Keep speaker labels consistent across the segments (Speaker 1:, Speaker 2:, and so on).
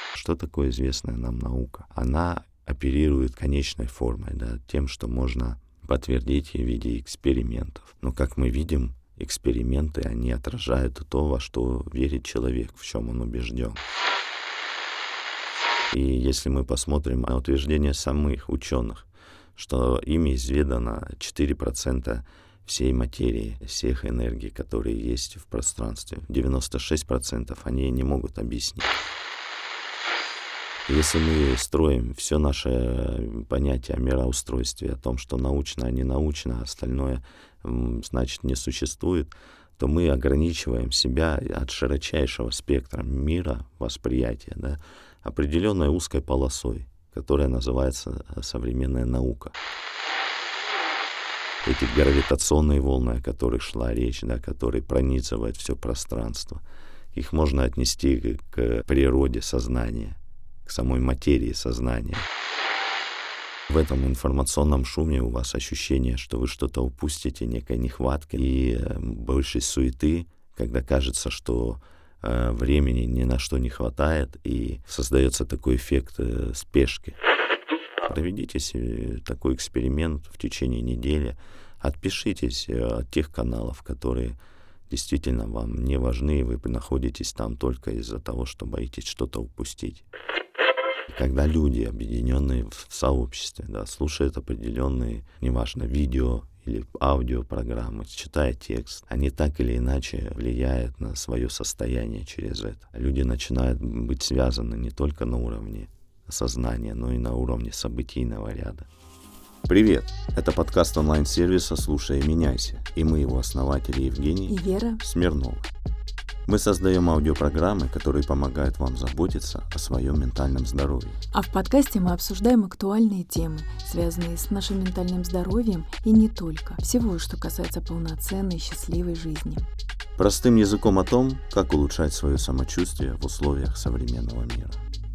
Speaker 1: Что такое известная нам наука? Она оперирует конечной формой, да, тем, что можно подтвердить в виде экспериментов. Но, как мы видим, эксперименты, они отражают то, во что верит человек, в чем он убежден. И если мы посмотрим на утверждения самих ученых, что ими изведано 4% всей материи, всех энергий, которые есть в пространстве. 96% они не могут объяснить. Если мы строим все наше понятие о мироустройстве, о том, что научно, а не научно, а остальное, значит, не существует, то мы ограничиваем себя от широчайшего спектра мира восприятия, да, определенной узкой полосой, которая называется современная наука. Эти гравитационные волны, о которых шла речь, да, которые пронизывают все пространство, их можно отнести к природе сознания, к самой материи сознания. В этом информационном шуме у вас ощущение, что вы что-то упустите, некой нехватки и большей суеты, когда кажется, что времени ни на что не хватает, и создается такой эффект спешки. Проведите себе такой эксперимент в течение недели, отпишитесь от тех каналов, которые действительно вам не важны, и вы находитесь там только из-за того, что боитесь что-то упустить. Когда люди, объединенные в сообществе, да, слушают определенные, неважно, видео или аудиопрограммы, читая текст, они так или иначе влияют на свое состояние через это. Люди начинают быть связаны не только на уровне сознания, но и на уровне событийного ряда. Привет! Это подкаст онлайн-сервиса «Слушай и меняйся», и мы его основатели Евгений
Speaker 2: и Вера
Speaker 1: Смирнова. Мы создаем аудиопрограммы, которые помогают вам заботиться о своем ментальном здоровье.
Speaker 2: А в подкасте мы обсуждаем актуальные темы, связанные с нашим ментальным здоровьем и не только. Всего, что касается полноценной, счастливой жизни.
Speaker 1: Простым языком о том, как улучшать свое самочувствие в условиях современного мира.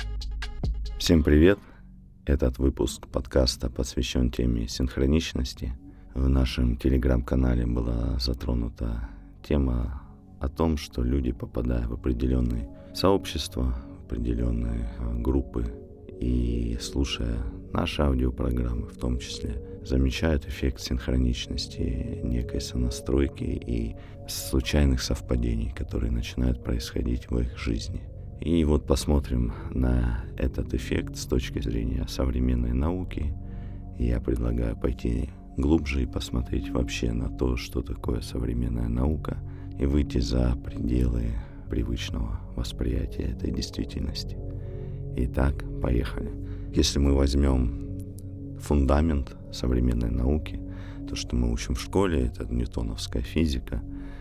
Speaker 1: Всем привет! Этот выпуск подкаста посвящен теме синхроничности. В нашем телеграм-канале была затронута тема о том, что люди, попадая в определенные сообщества, в определенные группы и слушая наши аудиопрограммы в том числе, замечают эффект синхроничности, некой сонастройки и случайных совпадений, которые начинают происходить в их жизни. И вот посмотрим на этот эффект с точки зрения современной науки. Я предлагаю пойти глубже и посмотреть вообще на то, что такое современная наука, и выйти за пределы привычного восприятия этой действительности. Итак, поехали. Если мы возьмем фундамент современной науки, то, что мы учим в школе, это ньютоновская физика,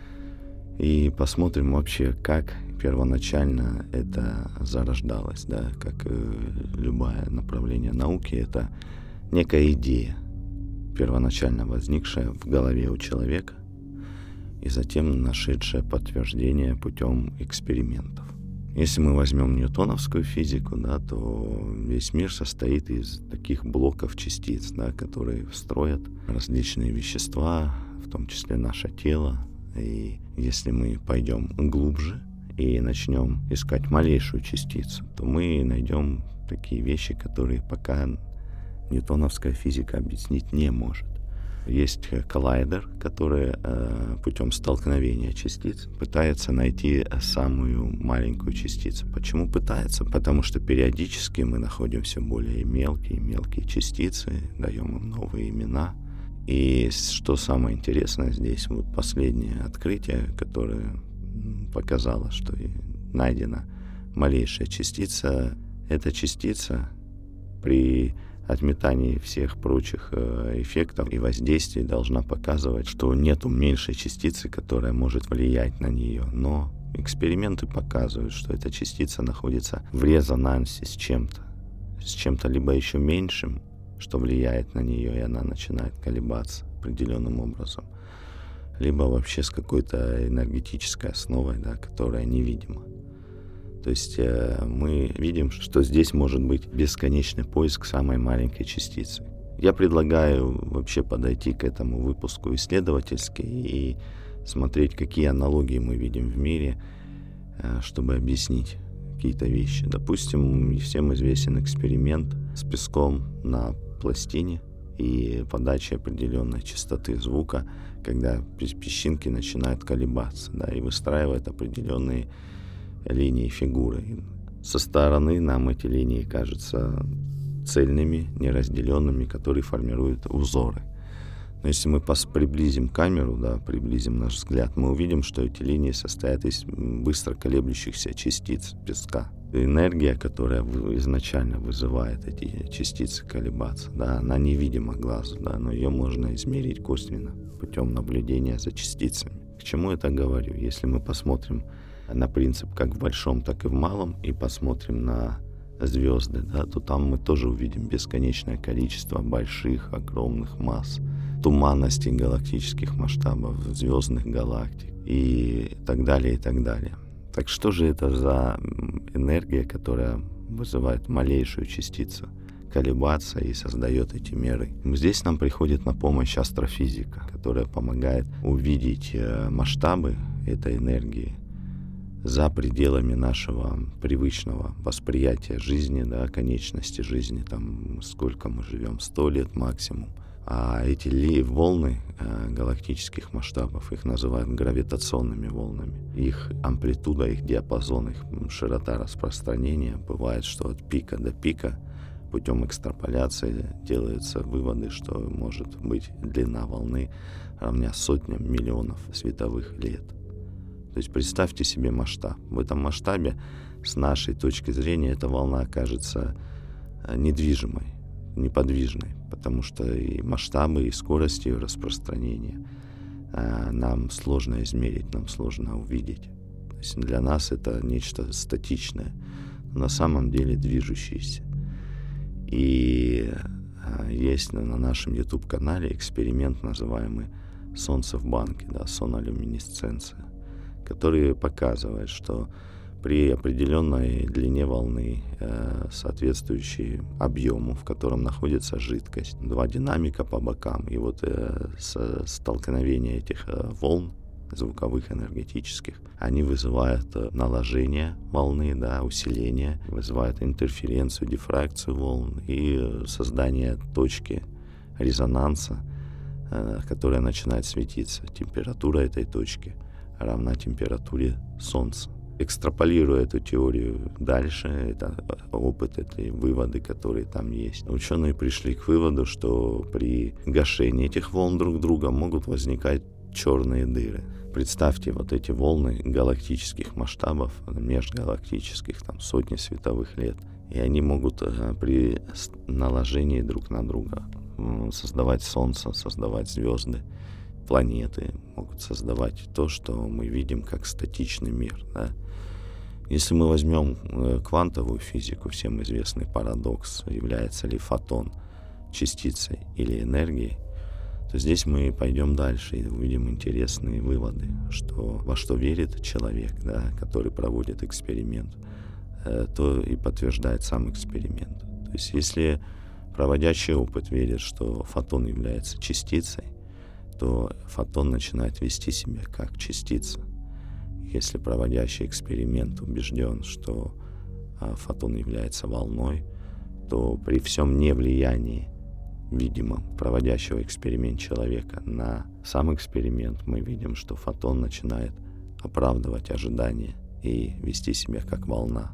Speaker 1: и посмотрим вообще, как первоначально это зарождалось, да, как любое направление науки, это некая идея, первоначально возникшая в голове у человека, и затем нашедшее подтверждение путем экспериментов. Если мы возьмем ньютоновскую физику, да, то весь мир состоит из таких блоков частиц, да, которые строят различные вещества, в том числе наше тело. И если мы пойдем глубже и начнем искать малейшую частицу, то мы найдем такие вещи, которые пока ньютоновская физика объяснить не может. Есть коллайдер, который путем столкновения частиц пытается найти самую маленькую частицу. Почему пытается? Потому что периодически мы находим все более мелкие и мелкие частицы, даем им новые имена. И что самое интересное здесь, вот последнее открытие, которое показало, что найдена малейшая частица. Эта частица при отметании всех прочих эффектов и воздействий должна показывать, что нету меньшей частицы, которая может влиять на нее. Но эксперименты показывают, что эта частица находится в резонансе с чем-то либо еще меньшим, что влияет на нее, и она начинает колебаться определенным образом, либо вообще с какой-то энергетической основой, да, которая невидима. То есть мы видим, что здесь может быть бесконечный поиск самой маленькой частицы. Я предлагаю вообще подойти к этому выпуску исследовательски и смотреть, какие аналогии мы видим в мире, чтобы объяснить, какие-то вещи. Допустим, всем известен эксперимент с песком на пластине и подачей определенной частоты звука, когда песчинки начинают колебаться, да, и выстраивают определенные линии, фигуры. Со стороны нам эти линии кажутся цельными, неразделенными, которые формируют узоры. Но если мы приблизим камеру, да, приблизим наш взгляд, мы увидим, что эти линии состоят из быстро колеблющихся частиц песка. Энергия, которая изначально вызывает эти частицы колебаться, да, она невидима глазу, да, но ее можно измерить косвенно путем наблюдения за частицами. К чему я это говорю? Если мы посмотрим на принцип как в большом, так и в малом, и посмотрим на звезды, да, то там мы тоже увидим бесконечное количество больших, огромных масс, туманностей галактических масштабов, звездных галактик и так далее, и так далее. Так что же это за энергия, которая вызывает малейшую частицу колебаться и создает эти меры? Здесь нам приходит на помощь астрофизика, которая помогает увидеть масштабы этой энергии за пределами нашего привычного восприятия жизни, да, конечности жизни, там, сколько мы живем, 100 лет максимум. А эти волны галактических масштабов, их называют гравитационными волнами. Их амплитуда, их диапазон, их широта распространения бывает, что от пика до пика путем экстраполяции делаются выводы, что может быть длина волны равня сотням миллионов световых лет. То есть представьте себе масштаб. В этом масштабе, с нашей точки зрения, эта волна окажется недвижимой, неподвижной, потому что и масштабы, и скорость ее распространения нам сложно измерить, нам сложно увидеть. То есть для нас это нечто статичное, но на самом деле движущееся. И есть на нашем YouTube-канале эксперимент, называемый «Солнце в банке», да, сонолюминесценция, который показывает, что при определенной длине волны, соответствующей объему, в котором находится жидкость, два динамика по бокам, и вот столкновение этих волн звуковых, энергетических, они вызывают наложение волны, да, усиление, вызывают интерференцию, дифракцию волн и создание точки резонанса, которая начинает светиться. Температура этой точки равна температуре Солнца. Экстраполируя эту теорию дальше, это опыт, это выводы, которые там есть, ученые пришли к выводу, что при гашении этих волн друг друга могут возникать черные дыры. Представьте вот эти волны галактических масштабов, межгалактических, там сотни световых лет, и они могут при наложении друг на друга создавать Солнце, создавать звезды, планеты, могут создавать то, что мы видим как статичный мир. Да? Если мы возьмем квантовую физику, всем известный парадокс, является ли фотон частицей или энергией, то здесь мы пойдем дальше и увидим интересные выводы, что во что верит человек, да, который проводит эксперимент, то и подтверждает сам эксперимент. То есть если проводящий опыт верит, что фотон является частицей, то фотон начинает вести себя как частица. Если проводящий эксперимент убежден, что фотон является волной, то при всем невлиянии видимом проводящего эксперимент человека на сам эксперимент мы видим, что фотон начинает оправдывать ожидания и вести себя как волна.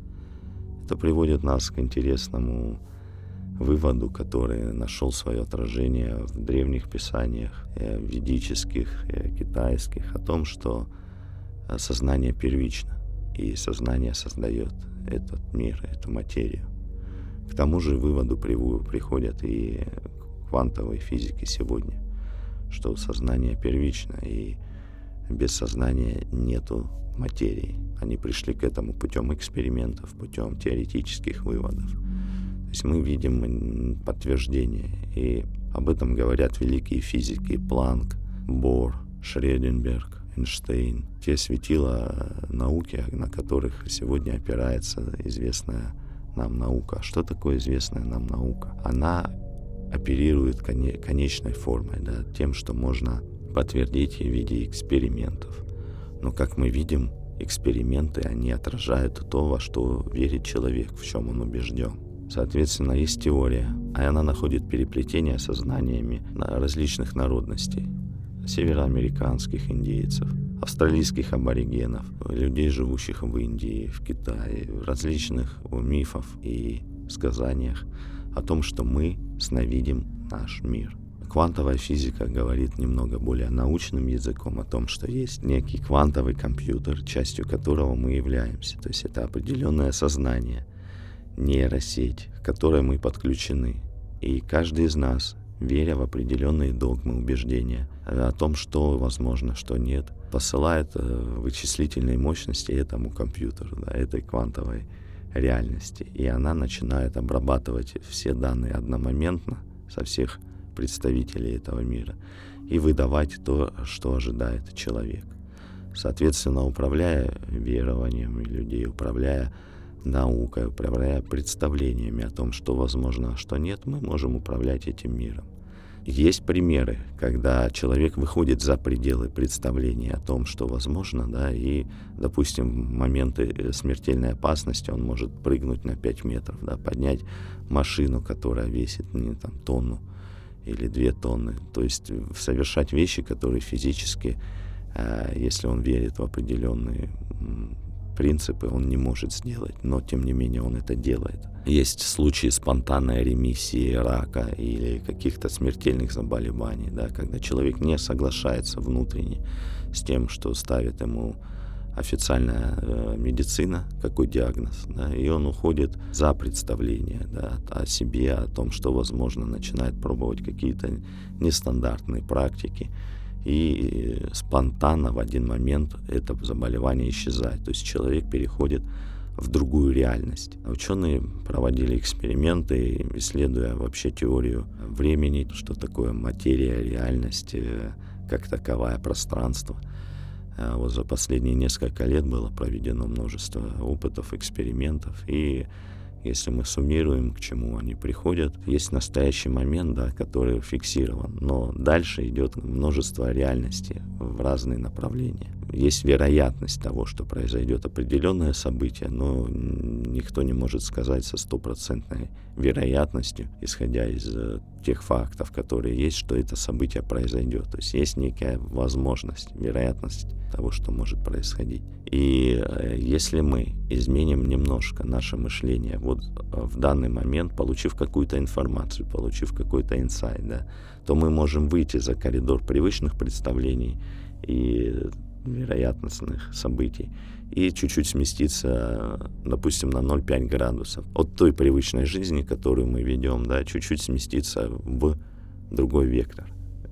Speaker 1: Это приводит нас к интересному выводу, который нашел свое отражение в древних писаниях, ведических, китайских, о том, что сознание первично, и сознание создает этот мир, эту материю. К тому же выводу приходят и квантовые физики сегодня, что сознание первично, и без сознания нету материи. Они пришли к этому путем экспериментов, путем теоретических выводов. То есть мы видим подтверждение, и об этом говорят великие физики Планк, Бор, Шрёдингер, Эйнштейн. Те светила науки, на которых сегодня опирается известная нам наука. Что такое известная нам наука? Она оперирует конечной формой, да, тем, что можно подтвердить в виде экспериментов. Но, как мы видим, эксперименты, они отражают то, во что верит человек, в чем он убежден. Соответственно, есть теория, а она находит переплетение со знаниями различных народностей. Североамериканских индейцев, австралийских аборигенов, людей, живущих в Индии, в Китае, различных мифов и сказаниях о том, что мы сновидим наш мир. Квантовая физика говорит немного более научным языком о том, что есть некий квантовый компьютер, частью которого мы являемся. То есть это определенное сознание, нейросеть, к которой мы подключены. И каждый из нас, веря в определенные догмы, убеждения о том, что возможно, что нет, посылает вычислительные мощности этому компьютеру, этой квантовой реальности. И она начинает обрабатывать все данные одномоментно со всех представителей этого мира и выдавать то, что ожидает человек. Соответственно, управляя верованиями людей, управляя наукой, управляя представлениями о том, что возможно, а что нет, мы можем управлять этим миром. Есть примеры, когда человек выходит за пределы представления о том, что возможно, и, допустим, в моменты смертельной опасности он может прыгнуть на 5 метров, поднять машину, которая весит тонну или 2 тонны. То есть совершать вещи, которые физически, если он верит в определенные принципы, он не может сделать, но тем не менее он это делает. Есть случаи спонтанной ремиссии рака или каких-то смертельных заболеваний, когда человек не соглашается внутренне с тем, что ставит ему официальная медицина, какой диагноз, и он уходит за представление о себе, о том, что возможно, начинает пробовать какие-то нестандартные практики, и спонтанно в один момент это заболевание исчезает. То есть человек переходит в другую реальность. Ученые проводили эксперименты, исследуя вообще теорию времени, что такое материя, реальность, как таковая, пространство. Вот за последние несколько лет было проведено множество опытов, экспериментов, и если мы суммируем, к чему они приходят, есть настоящий момент, который фиксирован, но дальше идет множество реальностей в разные направления. Есть вероятность того, что произойдет определенное событие, но никто не может сказать со 100% вероятностью, исходя из тех фактов, которые есть, что это событие произойдет. То есть есть некая возможность, вероятность того, что может происходить. И если мы изменим немножко наше мышление, вот в данный момент, получив какую-то информацию, получив какой-то инсайт, то мы можем выйти за коридор привычных представлений и вероятностных событий и чуть-чуть сместиться, допустим, на 0,5 градусов от той привычной жизни, которую мы ведем, чуть-чуть сместиться в другой вектор.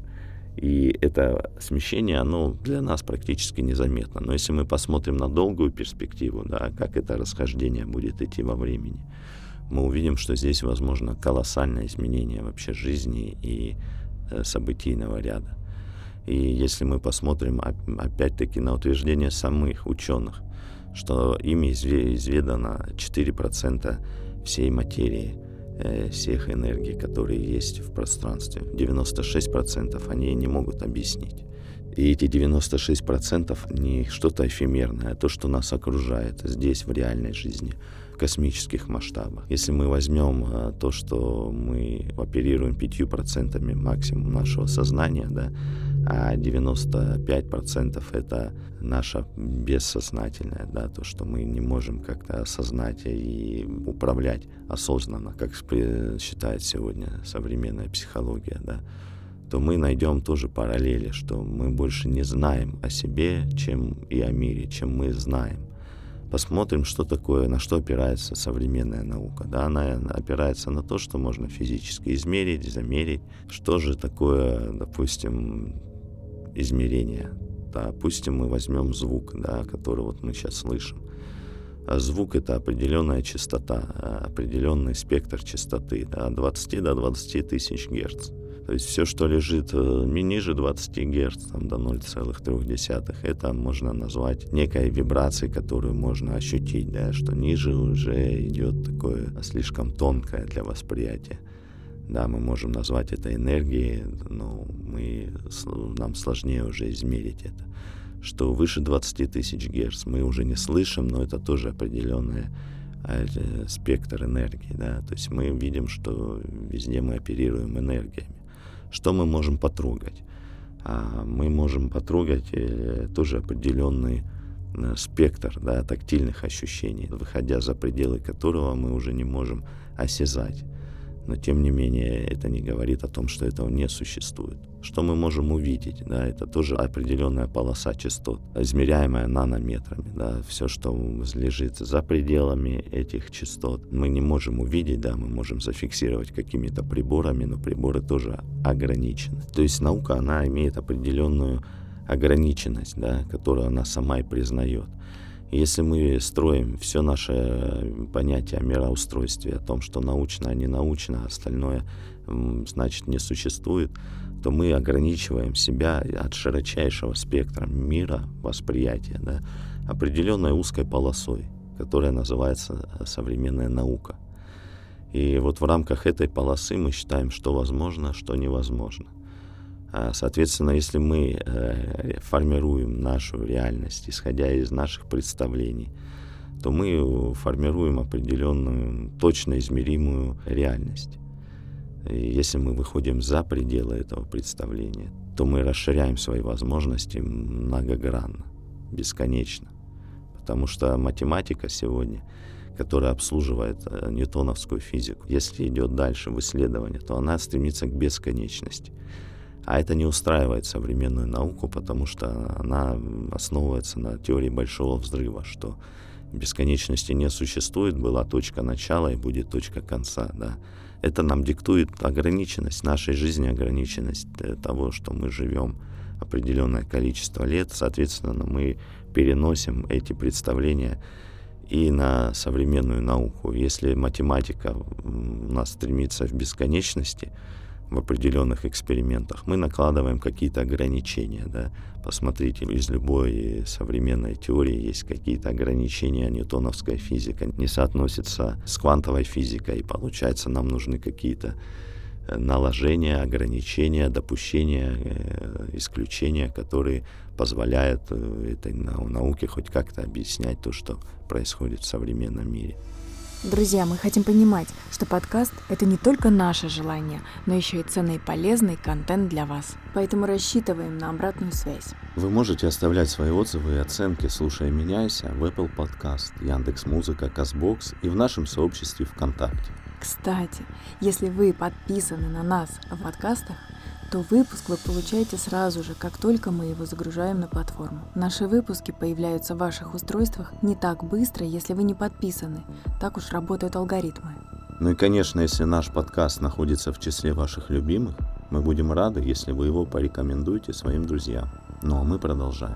Speaker 1: И это смещение, оно для нас практически незаметно. Но если мы посмотрим на долгую перспективу, как это расхождение будет идти во времени, мы увидим, что здесь возможно колоссальное изменение вообще жизни и событийного ряда. И если мы посмотрим опять-таки на утверждение самих ученых, что ими изведано 4% всей материи, всех энергий, которые есть в пространстве. 96% они не могут объяснить. И эти 96% не что-то эфемерное, а то, что нас окружает здесь, в реальной жизни, в космических масштабах. Если мы возьмем то, что мы оперируем 5% максимум нашего сознания, а 95% это наше бессознательное, то, что мы не можем как-то осознать и управлять осознанно, как считает сегодня современная психология, то мы найдем тоже параллели, что мы больше не знаем о себе, чем и о мире, чем мы знаем. Посмотрим, что такое, на что опирается современная наука. Она опирается на то, что можно физически измерить, замерить. Что же такое, допустим, измерение? Допустим, мы возьмем звук, который вот мы сейчас слышим. А звук — это определенная частота, определенный спектр частоты, от 20 до 20 тысяч герц. То есть все, что лежит ниже 20 Гц, до 0,3, это можно назвать некой вибрацией, которую можно ощутить, что ниже уже идет такое слишком тонкое для восприятия. Мы можем назвать это энергией, но нам сложнее уже измерить это. что выше 20 тысяч Гц мы уже не слышим, но это тоже определенный спектр энергии, да, то есть мы видим, что везде мы оперируем энергиями. Что мы можем потрогать? Мы можем потрогать тоже определенный спектр, да, тактильных ощущений, выходя за пределы которого мы уже не можем осязать. Но, тем не менее, это не говорит о том, что этого не существует. Что мы можем увидеть? Да, это тоже определенная полоса частот, измеряемая нанометрами. Да, все, что лежит за пределами этих частот, мы не можем увидеть, да, мы можем зафиксировать какими-то приборами, но приборы тоже ограничены. То есть наука, она имеет определенную ограниченность, да, которую она сама и признает. Если мы строим все наше понятие о мироустройстве, о том, что научно, а не научно, а остальное, значит, не существует, то мы ограничиваем себя от широчайшего спектра мира восприятия, да, определенной узкой полосой, которая называется современная наука. И вот в рамках этой полосы мы считаем, что возможно, что невозможно. Соответственно, если мы формируем нашу реальность, исходя из наших представлений, то мы формируем определенную, точно измеримую реальность. И если мы выходим за пределы этого представления, то мы расширяем свои возможности многогранно, бесконечно. Потому что математика сегодня, которая обслуживает ньютоновскую физику, если идет дальше в исследование, то она стремится к бесконечности. А это не устраивает современную науку, потому что она основывается на теории большого взрыва, что бесконечности не существует, была точка начала и будет точка конца. Да. Это нам диктует ограниченность нашей жизни, ограниченность того, что мы живем определенное количество лет. Соответственно, мы переносим эти представления и на современную науку. Если математика у нас стремится в бесконечности, в определенных экспериментах, мы накладываем какие-то ограничения. Да? Посмотрите, из любой современной теории есть какие-то ограничения. Ньютоновская физика не соотносится с квантовой физикой, и получается, нам нужны какие-то наложения, ограничения, допущения, исключения, которые позволяют этой науке хоть как-то объяснять то, что происходит в современном мире.
Speaker 2: Друзья, мы хотим понимать, что подкаст — это не только наше желание, но еще и ценный и полезный контент для вас. Поэтому рассчитываем на обратную связь.
Speaker 1: Вы можете оставлять свои отзывы и оценки, слушая «Меняйся» в Apple Podcast, Яндекс.Музыка, Castbox и в нашем сообществе ВКонтакте.
Speaker 2: Кстати, если вы подписаны на нас в подкастах, то выпуск вы получаете сразу же, как только мы его загружаем на платформу. Наши выпуски появляются в ваших устройствах не так быстро, если вы не подписаны. Так уж работают алгоритмы.
Speaker 1: Ну и, конечно, если наш подкаст находится в числе ваших любимых, мы будем рады, если вы его порекомендуете своим друзьям. Ну а мы продолжаем.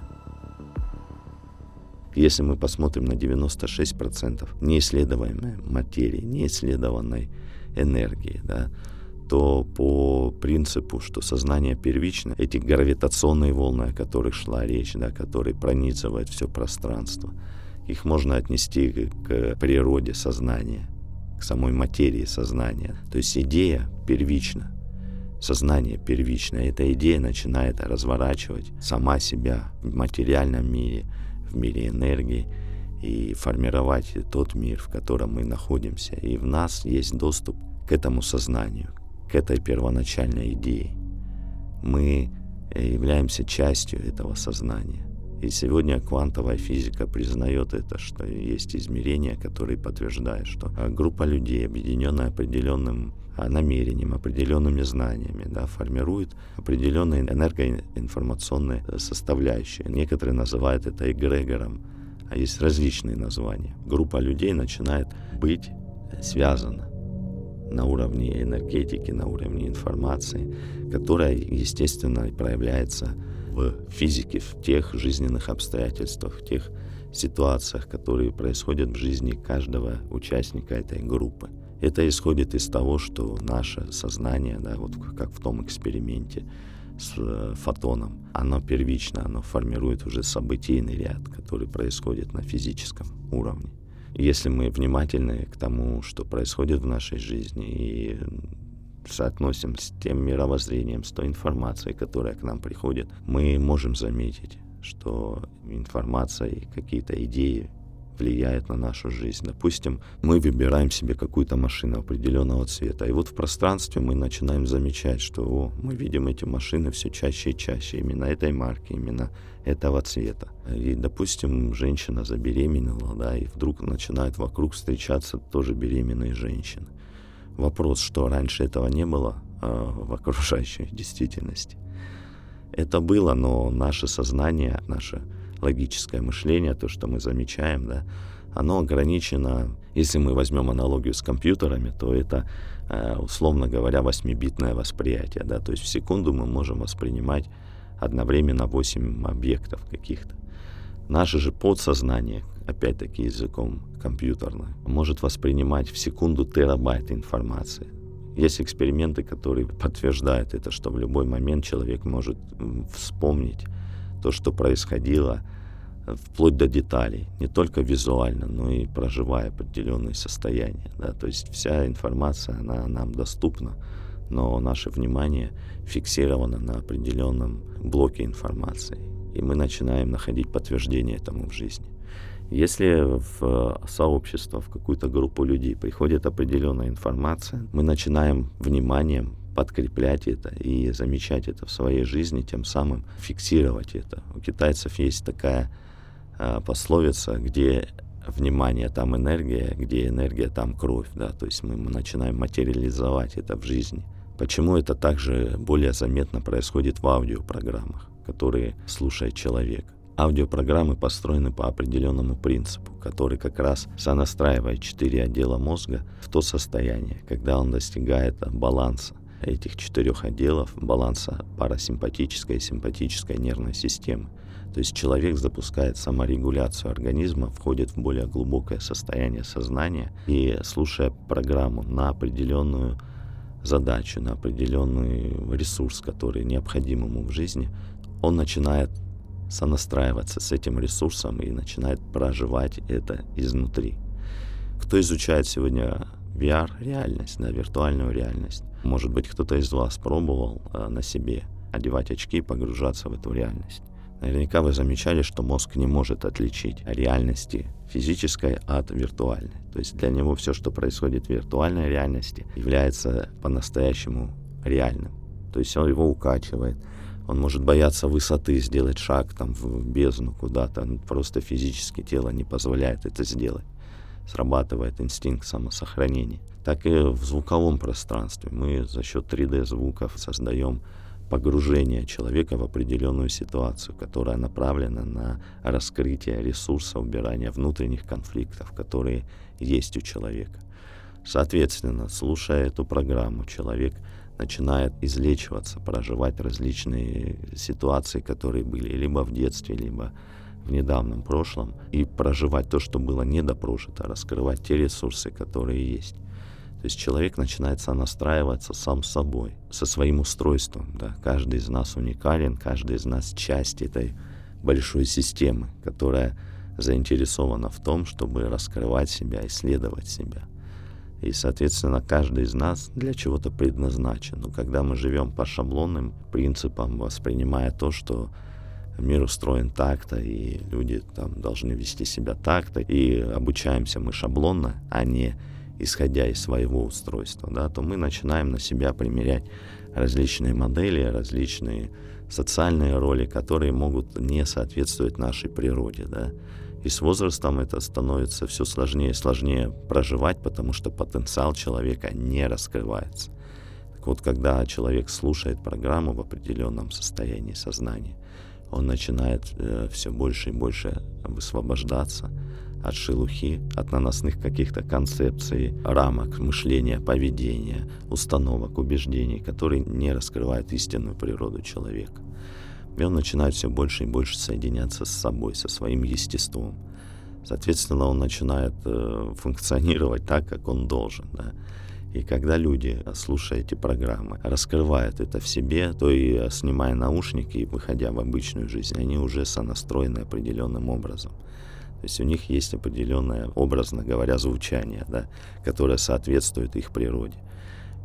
Speaker 1: Если мы посмотрим на 96% неисследуемой материи, неисследованной энергии, да, то по принципу, что сознание первично, эти гравитационные волны, о которых шла речь, да, которые пронизывают все пространство, их можно отнести к природе сознания, к самой материи сознания. То есть идея первична, сознание первично. Эта идея начинает разворачивать сама себя в материальном мире, в мире энергии, и формировать тот мир, в котором мы находимся. И в нас есть доступ к этому сознанию, к этой первоначальной идее. Мы являемся частью этого сознания. И сегодня квантовая физика признает это, что есть измерения, которые подтверждают, что группа людей, объединенная определенным намерением, определенными знаниями, да, формирует определенные энергоинформационные составляющие. Некоторые называют это эгрегором, а есть различные названия. Группа людей начинает быть связана на уровне энергетики, на уровне информации, которая, естественно, проявляется в физике, в тех жизненных обстоятельствах, в тех ситуациях, которые происходят в жизни каждого участника этой группы. Это исходит из того, что наше сознание, да, вот как в том эксперименте с фотоном, оно первично, оно формирует уже событийный ряд, который происходит на физическом уровне. Если мы внимательны к тому, что происходит в нашей жизни, и соотносим с тем мировоззрением, с той информацией, которая к нам приходит, мы можем заметить, что информация и какие-то идеи влияет на нашу жизнь. Допустим, мы выбираем себе какую-то машину определенного цвета, и вот в пространстве мы начинаем замечать, что мы видим эти машины все чаще и чаще, именно этой марки, именно этого цвета. И, допустим, женщина забеременела, да, и вдруг начинают вокруг встречаться тоже беременные женщины. Вопрос, что раньше этого не было в окружающей действительности. Это было, но наше сознание, наше логическое мышление, то, что мы замечаем, да, оно ограничено. Если мы возьмем аналогию с компьютерами, то это, условно говоря, 8-битное восприятие. Да, то есть в секунду мы можем воспринимать одновременно 8 объектов каких-то. Наше же подсознание, опять-таки языком компьютерным, может воспринимать в секунду терабайт информации. Есть эксперименты, которые подтверждают это, что в любой момент человек может вспомнить то, что происходило, вплоть до деталей, не только визуально, но и проживая определенные состояния. Да? То есть вся информация, она нам доступна, но наше внимание фиксировано на определенном блоке информации, и мы начинаем находить подтверждение этому в жизни. Если в сообщество, в какую-то группу людей приходит определенная информация, мы начинаем вниманием подкреплять это и замечать это в своей жизни, тем самым фиксировать это. У китайцев есть такая пословица, где внимание, там энергия, где энергия, там кровь. Да? То есть мы начинаем материализовать это в жизни. Почему это также более заметно происходит в аудиопрограммах, которые слушает человек? Аудиопрограммы построены по определенному принципу, который как раз сонастраивает 4 отдела мозга в то состояние, когда он достигает баланса этих 4 отделов, баланса парасимпатической и симпатической нервной системы. То есть человек запускает саморегуляцию организма, входит в более глубокое состояние сознания и, слушая программу на определенную задачу, на определенный ресурс, который необходим ему в жизни, он начинает сонастраиваться с этим ресурсом и начинает проживать это изнутри. Кто изучает сегодня VR-реальность, да, виртуальную реальность, может быть, кто-то из вас пробовал на себе одевать очки и погружаться в эту реальность. Наверняка вы замечали, что мозг не может отличить реальности физической от виртуальной. То есть для него все, что происходит в виртуальной реальности, является по-настоящему реальным. То есть он его укачивает. Он может бояться высоты, сделать шаг там в бездну куда-то. Просто физически тело не позволяет это сделать. Срабатывает инстинкт самосохранения. Так и в звуковом пространстве. Мы за счет 3D-звуков создаем погружение человека в определенную ситуацию, которая направлена на раскрытие ресурса, убирание внутренних конфликтов, которые есть у человека. Соответственно, слушая эту программу, человек начинает излечиваться, проживать различные ситуации, которые были либо в детстве, либо в недавнем прошлом, и проживать то, что было недопрожито, раскрывать те ресурсы, которые есть. То есть человек начинает сонастраиваться сам с собой, со своим устройством. Да? Каждый из нас уникален, каждый из нас часть этой большой системы, которая заинтересована в том, чтобы раскрывать себя, исследовать себя. И, соответственно, каждый из нас для чего-то предназначен. Но когда мы живем по шаблонным принципам, воспринимая то, что мир устроен так-то, и люди там должны вести себя так-то, и обучаемся мы шаблонно, а не исходя из своего устройства, да, то мы начинаем на себя примерять различные модели, различные социальные роли, которые могут не соответствовать нашей природе. Да. И с возрастом это становится все сложнее и сложнее проживать, потому что потенциал человека не раскрывается. Так вот, когда человек слушает программу в определенном состоянии сознания, он начинает все больше и больше высвобождаться от шелухи, от наносных каких-то концепций, рамок мышления, поведения, установок, убеждений, которые не раскрывают истинную природу человека. И он начинает все больше и больше соединяться с собой, со своим естеством. Соответственно, он начинает функционировать так, как он должен. Да? И когда люди, слушая эти программы, раскрывают это в себе, то и снимая наушники и выходя в обычную жизнь, они уже сонастроены определенным образом. То есть у них есть определенное, образно говоря, звучание, да, которое соответствует их природе.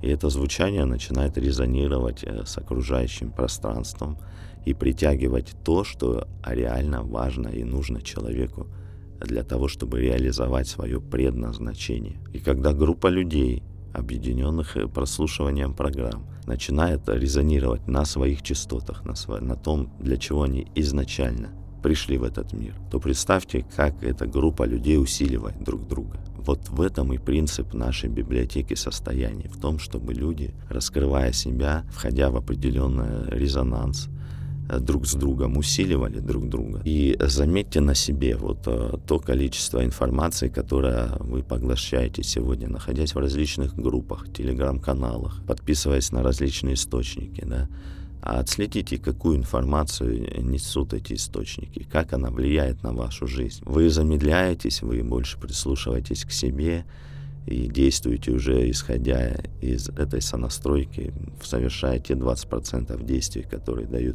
Speaker 1: И это звучание начинает резонировать с окружающим пространством и притягивать то, что реально важно и нужно человеку для того, чтобы реализовать свое предназначение. И когда группа людей, объединенных прослушиванием программ, начинает резонировать на своих частотах, на том, для чего они изначально пришли в этот мир, то представьте, как эта группа людей усиливает друг друга. Вот в этом и принцип нашей библиотеки состояний, в том, чтобы люди, раскрывая себя, входя в определенный резонанс, друг с другом усиливали друг друга. И заметьте на себе вот то количество информации, которое вы поглощаете сегодня, находясь в различных группах, телеграм-каналах, подписываясь на различные источники, да. А отследите, какую информацию несут эти источники, как она влияет на вашу жизнь. Вы замедляетесь, вы больше прислушиваетесь к себе и действуете уже исходя из этой сонастройки, совершаете 20% действий, которые дают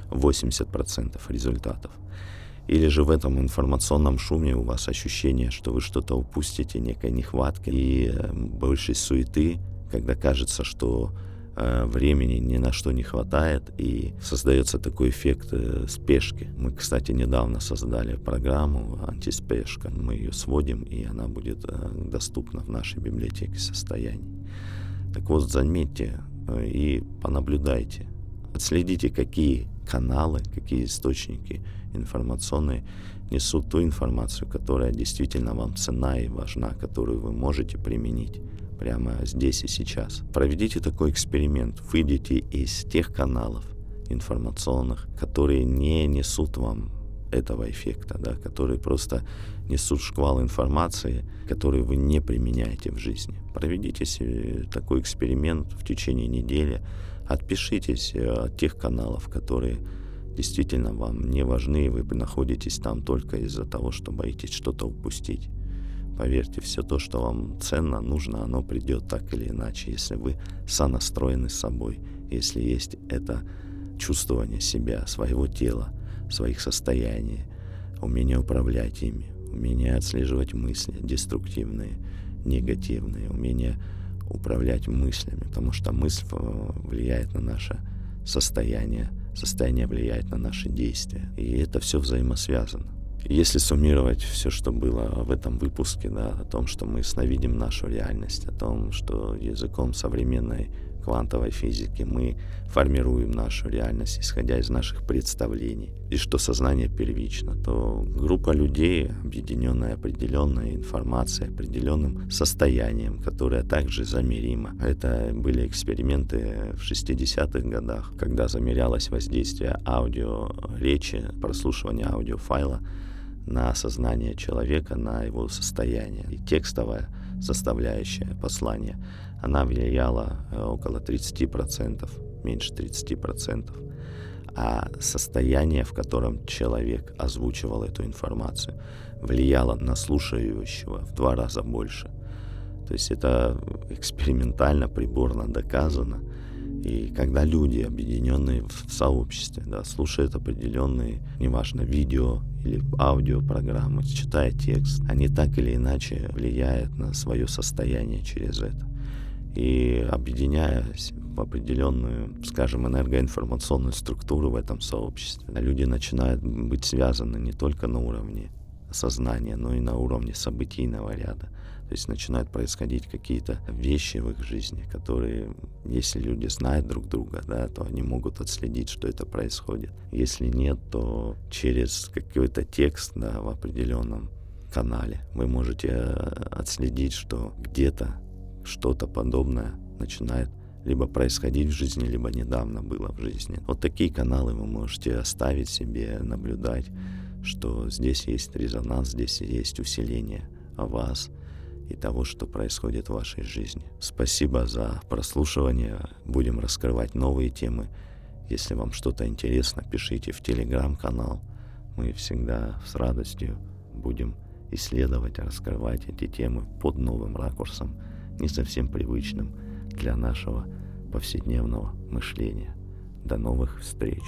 Speaker 1: 80% результатов. Или же в этом информационном шуме у вас ощущение, что вы что-то упустите, некой нехватки и большей суеты, когда кажется, что времени ни на что не хватает, и создается такой эффект спешки. Мы, кстати, недавно создали программу «Антиспешка». Мы ее сводим, и она будет доступна в нашей библиотеке состояний. Так вот, заметьте и понаблюдайте. Отследите, какие каналы, какие источники информационные несут ту информацию, которая действительно вам ценна и важна, которую вы можете применить прямо здесь и сейчас. Проведите такой эксперимент. Выйдите из тех каналов информационных, которые не несут вам этого эффекта, да, которые просто несут шквал информации, которую вы не применяете в жизни. Проведите такой эксперимент в течение недели. Отпишитесь от тех каналов, которые действительно вам не важны, и вы находитесь там только из-за того, что боитесь что-то упустить. Поверьте, все то, что вам ценно, нужно, оно придет так или иначе, если вы сонастроены с собой, если есть это чувствование себя, своего тела, своих состояний, умение управлять ими, умение отслеживать мысли деструктивные, негативные, умение управлять мыслями, потому что мысль влияет на наше состояние, состояние влияет на наши действия, и это все взаимосвязано. Если суммировать все, что было в этом выпуске, да, о том, что мы сновидим нашу реальность, о том, что языком современной квантовой физики мы формируем нашу реальность, исходя из наших представлений, и что сознание первично, то группа людей, объединенная определенной информацией, определенным состоянием, которое также замеримо. Это были эксперименты в 60-х годах, когда замерялось воздействие аудиоречи, прослушивание аудиофайла на сознание человека, на его состояние. И текстовая составляющая послания, она влияла около 30%, меньше 30%. А состояние, в котором человек озвучивал эту информацию, влияло на слушающего в 2 раза больше. То есть это экспериментально, приборно доказано. И когда люди, объединенные в сообществе, да, слушают определенные, неважно, видео или аудиопрограммы, читая текст, они так или иначе влияют на свое состояние через это. И объединяясь в определенную, скажем, энергоинформационную структуру в этом сообществе, люди начинают быть связаны не только на уровне сознания, но и на уровне событийного ряда. То есть начинают происходить какие-то вещи в их жизни, которые, если люди знают друг друга, да, то они могут отследить, что это происходит. Если нет, то через какой-то текст, да, в определенном канале вы можете отследить, что где-то что-то подобное начинает либо происходить в жизни, либо недавно было в жизни. Вот такие каналы вы можете оставить себе, наблюдать, что здесь есть резонанс, здесь есть усиление вас и того, что происходит в вашей жизни. Спасибо за прослушивание. Будем раскрывать новые темы. Если вам что-то интересно, пишите в телеграм-канал. Мы всегда с радостью будем исследовать, раскрывать эти темы под новым ракурсом, не совсем привычным для нашего повседневного мышления. До новых встреч!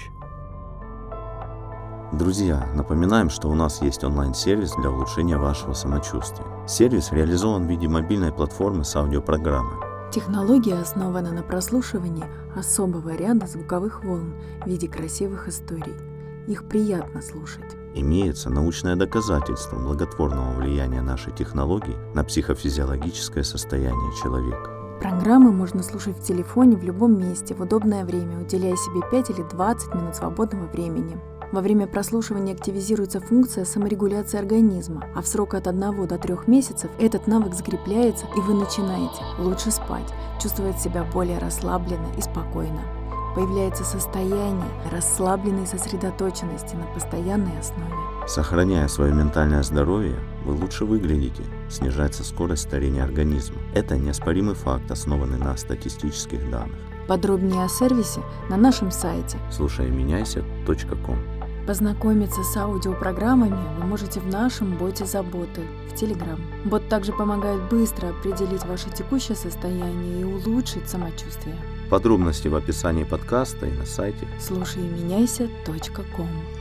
Speaker 3: Друзья, напоминаем, что у нас есть онлайн-сервис для улучшения вашего самочувствия. Сервис реализован в виде мобильной платформы с аудиопрограммой.
Speaker 2: Технология основана на прослушивании особого ряда звуковых волн в виде красивых историй. Их приятно слушать.
Speaker 3: Имеется научное доказательство благотворного влияния нашей технологии на психофизиологическое состояние человека.
Speaker 2: Программы можно слушать в телефоне в любом месте в удобное время, уделяя себе 5 или 20 минут свободного времени. Во время прослушивания активизируется функция саморегуляции организма, а в срок от 1 до 3 месяцев этот навык закрепляется, и вы начинаете лучше спать, чувствовать себя более расслабленно и спокойно. Появляется состояние расслабленной сосредоточенности на постоянной основе.
Speaker 3: Сохраняя свое ментальное здоровье, вы лучше выглядите, снижается скорость старения организма. Это неоспоримый факт, основанный на статистических данных.
Speaker 2: Подробнее о сервисе на нашем сайте
Speaker 3: слушайменяйся.ком.
Speaker 2: Познакомиться с аудиопрограммами вы можете в нашем боте заботы в Telegram. Бот также помогает быстро определить ваше текущее состояние и улучшить самочувствие.
Speaker 3: Подробности в описании подкаста и на сайте
Speaker 2: слушайменяйся.ком.